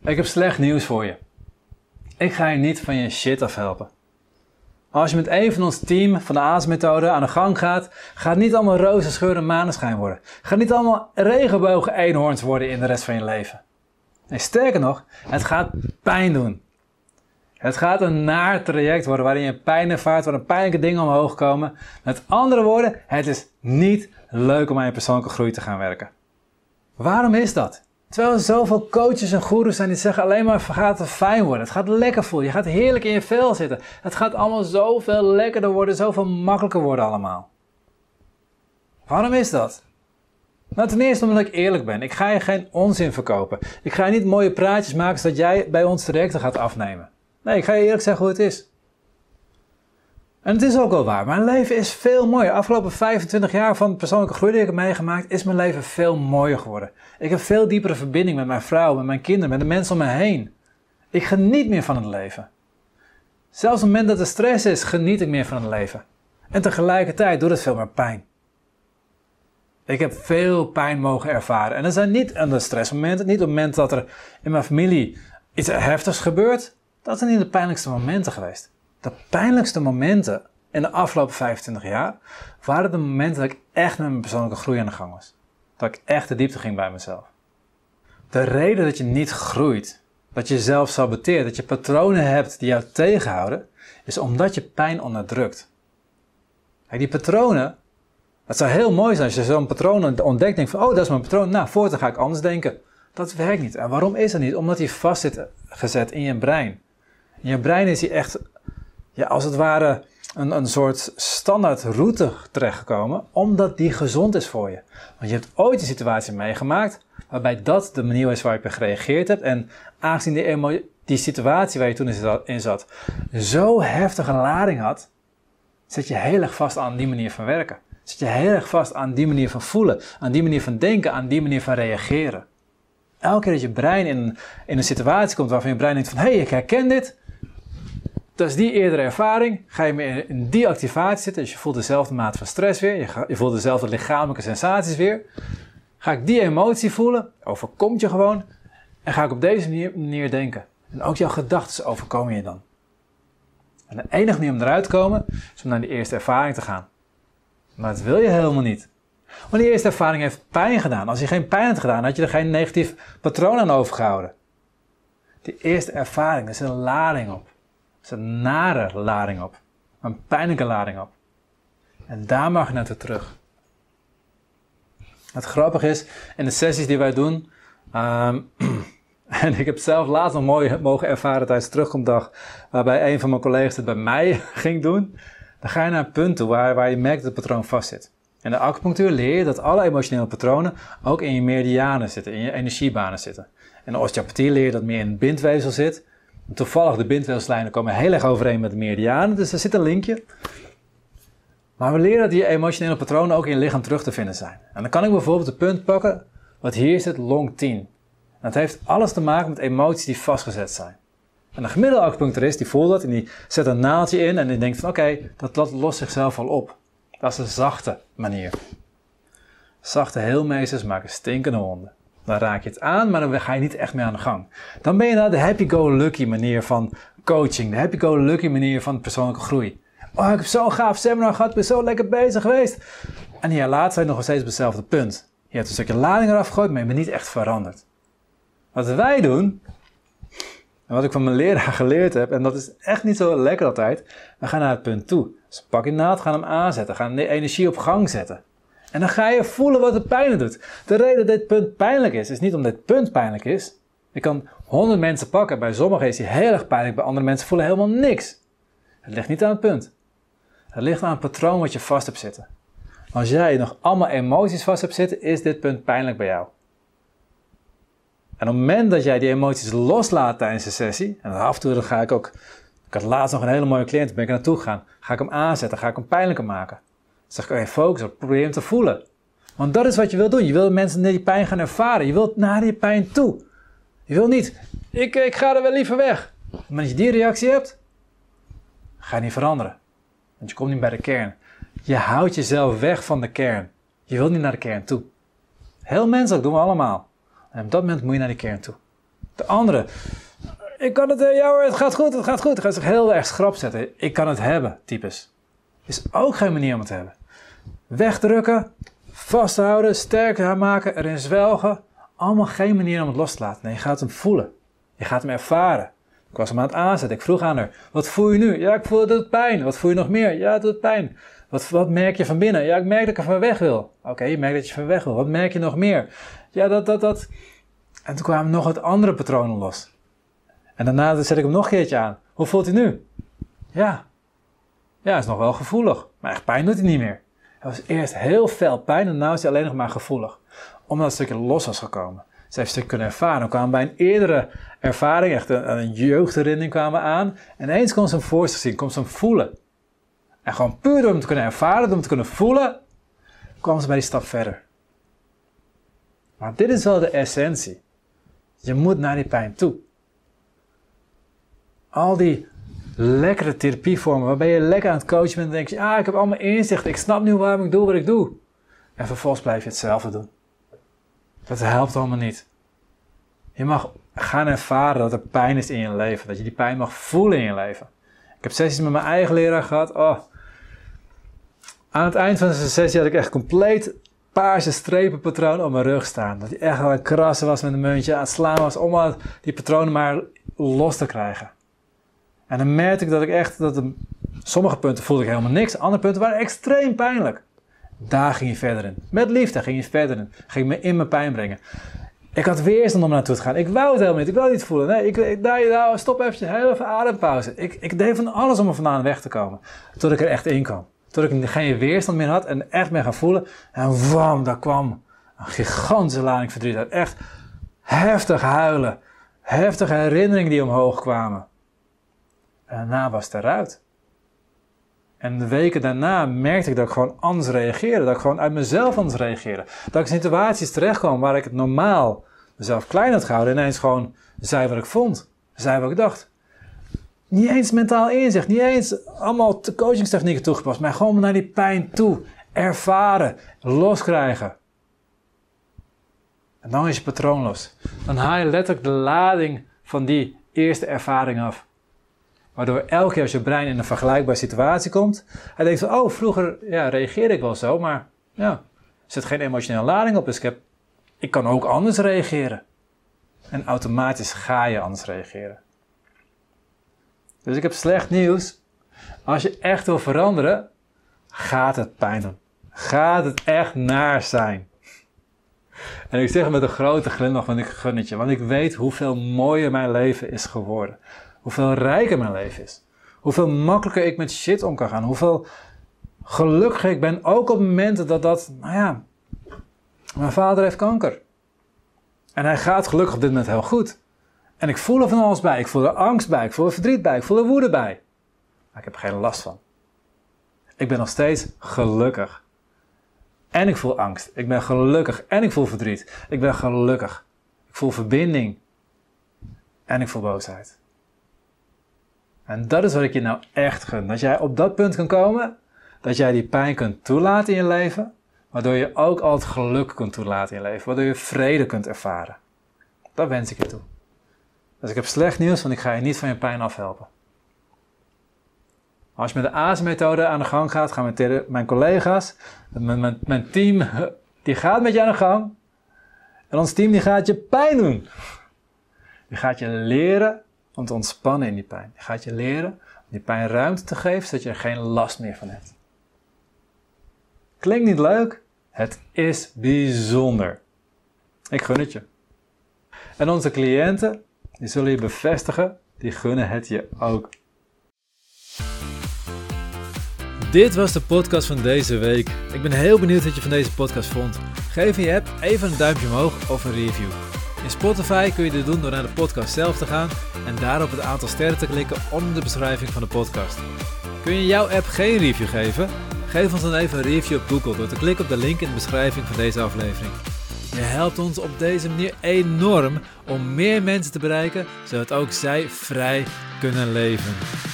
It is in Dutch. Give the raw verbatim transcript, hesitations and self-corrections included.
Ik heb slecht nieuws voor je. Ik ga je niet van je shit afhelpen. Als je met een van ons team van de A S methode aan de gang gaat, gaat het niet allemaal roze scheur en maneschijn worden. Gaat niet allemaal regenbogen eenhoorns worden in de rest van je leven. Nee, sterker nog, het gaat pijn doen. Het gaat een naar traject worden waarin je pijn ervaart, waarin pijnlijke dingen omhoog komen. Met andere woorden, het is niet leuk om aan je persoonlijke groei te gaan werken. Waarom is dat? Terwijl er zoveel coaches en goeroes zijn die zeggen alleen maar gaat het fijn worden. Het gaat lekker voelen. Je gaat heerlijk in je vel zitten. Het gaat allemaal zoveel lekkerder worden, zoveel makkelijker worden allemaal. Waarom is dat? Nou, ten eerste omdat ik eerlijk ben. Ik ga je geen onzin verkopen. Ik ga je niet mooie praatjes maken zodat jij bij ons trajecten gaat afnemen. Nee, ik ga je eerlijk zeggen hoe het is. En het is ook wel waar. Mijn leven is veel mooier. De afgelopen vijfentwintig jaar van persoonlijke groei die ik heb meegemaakt, is mijn leven veel mooier geworden. Ik heb veel diepere verbinding met mijn vrouw, met mijn kinderen, met de mensen om me heen. Ik geniet meer van het leven. Zelfs op het moment dat er stress is, geniet ik meer van het leven. En tegelijkertijd doet het veel meer pijn. Ik heb veel pijn mogen ervaren. En dat zijn niet aan de stressmomenten, niet op het moment dat er in mijn familie iets heftigs gebeurt. Dat zijn niet de pijnlijkste momenten geweest. De pijnlijkste momenten in de afgelopen vijfentwintig jaar waren de momenten dat ik echt met mijn persoonlijke groei aan de gang was. Dat ik echt de diepte ging bij mezelf. De reden dat je niet groeit, dat je jezelf saboteert, dat je patronen hebt die jou tegenhouden, is omdat je pijn onderdrukt. Kijk, die patronen, het zou heel mooi zijn als je zo'n patroon ontdekt en denkt van, oh, dat is mijn patroon, nou, voortaan ga ik anders denken. Dat werkt niet. En waarom is dat niet? Omdat die vast zit gezet in je brein. In je brein is die echt, ja, als het ware een, een soort standaard route terechtgekomen, omdat die gezond is voor je. Want je hebt ooit een situatie meegemaakt waarbij dat de manier is waarop je gereageerd hebt. En aangezien die, emo- die situatie waar je toen in zat zo heftige lading had, zit je heel erg vast aan die manier van werken. Zit je heel erg vast aan die manier van voelen, aan die manier van denken, aan die manier van reageren. Elke keer dat je brein in, in een situatie komt waarvan je brein denkt van, hé, hey, ik herken dit. Dat is die eerdere ervaring. Ga je meer in die activatie zitten, dus je voelt dezelfde mate van stress weer. Je, ga, je voelt dezelfde lichamelijke sensaties weer. Ga ik die emotie voelen, overkomt je gewoon. En ga ik op deze manier, manier denken. En ook jouw gedachten overkomen je dan. En de enige manier om eruit te komen, is om naar die eerste ervaring te gaan. Maar dat wil je helemaal niet. Want die eerste ervaring heeft pijn gedaan. Als je geen pijn had gedaan, had je er geen negatief patroon aan overgehouden. Die eerste ervaring, er zit een lading op. Er zit een nare lading op. Een pijnlijke lading op. En daar mag je naartoe terug. Het grappige is, in de sessies die wij doen, um, en ik heb zelf laatst nog mooi mogen ervaren tijdens de terugkomdag, waarbij een van mijn collega's het bij mij ging doen, dan ga je naar een punt toe waar, waar je merkt dat het patroon vastzit. In de acupunctuur leer je dat alle emotionele patronen ook in je meridianen zitten, in je energiebanen zitten. In de osteopathie leer je dat meer in het bindweefsel zit. En toevallig de bindweefsellijnen komen heel erg overeen met de meridianen, dus er zit een linkje. Maar we leren dat die emotionele patronen ook in je lichaam terug te vinden zijn. En dan kan ik bijvoorbeeld het punt pakken, wat hier zit, long tien. En dat heeft alles te maken met emoties die vastgezet zijn. En een gemiddelde acupuncturist die voelt dat en die zet een naaldje in en die denkt van oké, okay, dat, dat lost zichzelf al op. Dat is een zachte manier. Zachte heelmeesters maken stinkende honden. Dan raak je het aan, maar dan ga je niet echt mee aan de gang. Dan ben je naar de happy-go-lucky manier van coaching. De happy-go-lucky manier van persoonlijke groei. Oh, ik heb zo'n gaaf seminar gehad, ik ben zo lekker bezig geweest. En een jaar later zijn we nog steeds op hetzelfde punt. Je hebt een stukje lading eraf gegooid, maar je bent niet echt veranderd. Wat wij doen, en wat ik van mijn leraar geleerd heb, en dat is echt niet zo lekker altijd, we gaan naar het punt toe. Dus pak je naald, gaan hem aanzetten, gaan de energie op gang zetten. En dan ga je voelen wat het pijn doet. De reden dat dit punt pijnlijk is, is niet omdat dit punt pijnlijk is. Je kan honderd mensen pakken, bij sommigen is die heel erg pijnlijk, bij andere mensen voelen helemaal niks. Het ligt niet aan het punt. Het ligt aan het patroon wat je vast hebt zitten. Als jij nog allemaal emoties vast hebt zitten, is dit punt pijnlijk bij jou. En op het moment dat jij die emoties loslaat tijdens de sessie, en af en toe dan ga ik ook, ik had laatst nog een hele mooie cliënt, ben ik er naartoe gegaan, ga ik hem aanzetten, ga ik hem pijnlijker maken. Dan zeg ik, oké, focus op, probeer hem te voelen. Want dat is wat je wil doen. Je wil mensen naar die pijn gaan ervaren. Je wilt naar die pijn toe. Je wil niet, ik, ik ga er wel liever weg. Maar als je die reactie hebt, ga je niet veranderen. Want je komt niet bij de kern. Je houdt jezelf weg van de kern. Je wilt niet naar de kern toe. Heel menselijk, doen we allemaal. En op dat moment moet je naar die kern toe. De andere, ik kan het, uh, ja hoor, het gaat goed, het gaat goed. Dan gaat zich heel erg schrap zetten. Ik kan het hebben, types. Is ook geen manier om het te hebben. Wegdrukken, vasthouden, sterker maken, erin zwelgen. Allemaal geen manier om het los te laten. Nee, je gaat hem voelen. Je gaat hem ervaren. Ik was hem aan het aanzetten. Ik vroeg aan haar, wat voel je nu? Ja, ik voel het doet pijn. Wat voel je nog meer? Ja, het doet pijn. Wat, wat merk je van binnen? Ja, ik merk dat ik er van weg wil. Oké, okay, je merkt dat je van weg wil. Wat merk je nog meer? Ja, dat, dat, dat. En toen kwamen nog wat andere patronen los. En daarna zet ik hem nog een keertje aan. Hoe voelt hij nu? Ja. Ja, hij is nog wel gevoelig. Maar echt pijn doet hij niet meer. Hij was eerst heel fel pijn en nu is hij alleen nog maar gevoelig. Omdat het stukje los was gekomen. Ze heeft een stuk kunnen ervaren. We kwamen bij een eerdere ervaring, echt een, een jeugdherinnering kwamen aan. En ineens kon ze hem voor zich zien, kon ze hem voelen. En gewoon puur door hem te kunnen ervaren, door hem te kunnen voelen, kwam ze bij die stap verder. Maar dit is wel de essentie. Je moet naar die pijn toe. Al die lekkere therapievormen waarbij je lekker aan het coachen bent en denk je, ah, ik heb allemaal inzicht, ik snap nu waarom ik doe wat ik doe. En vervolgens blijf je hetzelfde doen. Dat helpt allemaal niet. Je mag gaan ervaren dat er pijn is in je leven, dat je die pijn mag voelen in je leven. Ik heb sessies met mijn eigen leraar gehad. Oh. Aan het eind van de sessie had ik echt compleet paarse strepenpatroon op mijn rug staan. Dat hij echt aan het krassen was met een muntje, aan het slaan was om die patronen maar los te krijgen. En dan merkte ik dat ik echt, dat de, sommige punten voelde ik helemaal niks, andere punten waren extreem pijnlijk. Daar ging je verder in. Met liefde ging je verder in. Ging me in mijn pijn brengen. Ik had weerstand om naartoe te gaan. Ik wou het helemaal niet. Ik wou het niet voelen. Nee, ik, ik nou, nou, stop even, heel even adempauze. Ik, ik deed van alles om er vandaan weg te komen. Tot ik er echt in kwam. Tot ik geen weerstand meer had en echt meer gaan voelen. En wam, daar kwam een gigantische lading verdriet uit. Echt heftig huilen. Heftige herinneringen die omhoog kwamen. En daarna was het eruit. En de weken daarna merkte ik dat ik gewoon anders reageerde. Dat ik gewoon uit mezelf anders reageerde. Dat ik in situaties terechtkwam waar ik het normaal mezelf klein had gehouden. En ineens gewoon zei wat ik vond. Zei wat ik dacht. Niet eens mentaal inzicht. Niet eens allemaal coachingstechnieken toegepast. Maar gewoon naar die pijn toe. Ervaren. Loskrijgen. En dan is je patroon los. Dan haal je letterlijk de lading van die eerste ervaring af. Waardoor elke keer als je brein in een vergelijkbare situatie komt, hij denkt van, oh, vroeger ja, reageerde ik wel zo, maar ja, er zit geen emotionele lading op, dus ik, heb, ik kan ook anders reageren. En automatisch ga je anders reageren. Dus ik heb slecht nieuws. Als je echt wil veranderen, gaat het pijn doen. Gaat het echt naar zijn. En ik zeg het met een grote glimlach, want ik gun het je, want ik weet hoeveel mooier mijn leven is geworden. Hoeveel rijker mijn leven is. Hoeveel makkelijker ik met shit om kan gaan. Hoeveel gelukkiger ik ben. Ook op momenten dat dat, nou ja, mijn vader heeft kanker. En hij gaat gelukkig op dit moment heel goed. En ik voel er van alles bij. Ik voel er angst bij. Ik voel er verdriet bij. Ik voel er woede bij. Maar ik heb er geen last van. Ik ben nog steeds gelukkig. En ik voel angst. Ik ben gelukkig. En ik voel verdriet. Ik ben gelukkig. Ik voel verbinding. En ik voel boosheid. En dat is wat ik je nou echt gun. Dat jij op dat punt kan komen, dat jij die pijn kunt toelaten in je leven, waardoor je ook al het geluk kunt toelaten in je leven, waardoor je vrede kunt ervaren. Dat wens ik je toe. Dus ik heb slecht nieuws, want ik ga je niet van je pijn afhelpen. Als je met de A S M-methode aan de gang gaat, gaan mijn, mijn collega's, mijn, mijn, mijn team, die gaat met je aan de gang. En ons team die gaat je pijn doen. Die gaat je leren om te ontspannen in die pijn. Die gaat je leren om die pijn ruimte te geven, zodat je er geen last meer van hebt. Klinkt niet leuk? Het is bijzonder. Ik gun het je. En onze cliënten, die zullen je bevestigen, die gunnen het je ook. Dit was de podcast van deze week. Ik ben heel benieuwd wat je van deze podcast vond. Geef in je app even een duimpje omhoog of een review. In Spotify kun je dit doen door naar de podcast zelf te gaan en daar op het aantal sterren te klikken onder de beschrijving van de podcast. Kun je in jouw app geen review geven? Geef ons dan even een review op Google door te klikken op de link in de beschrijving van deze aflevering. Je helpt ons op deze manier enorm om meer mensen te bereiken, zodat ook zij vrij kunnen leven.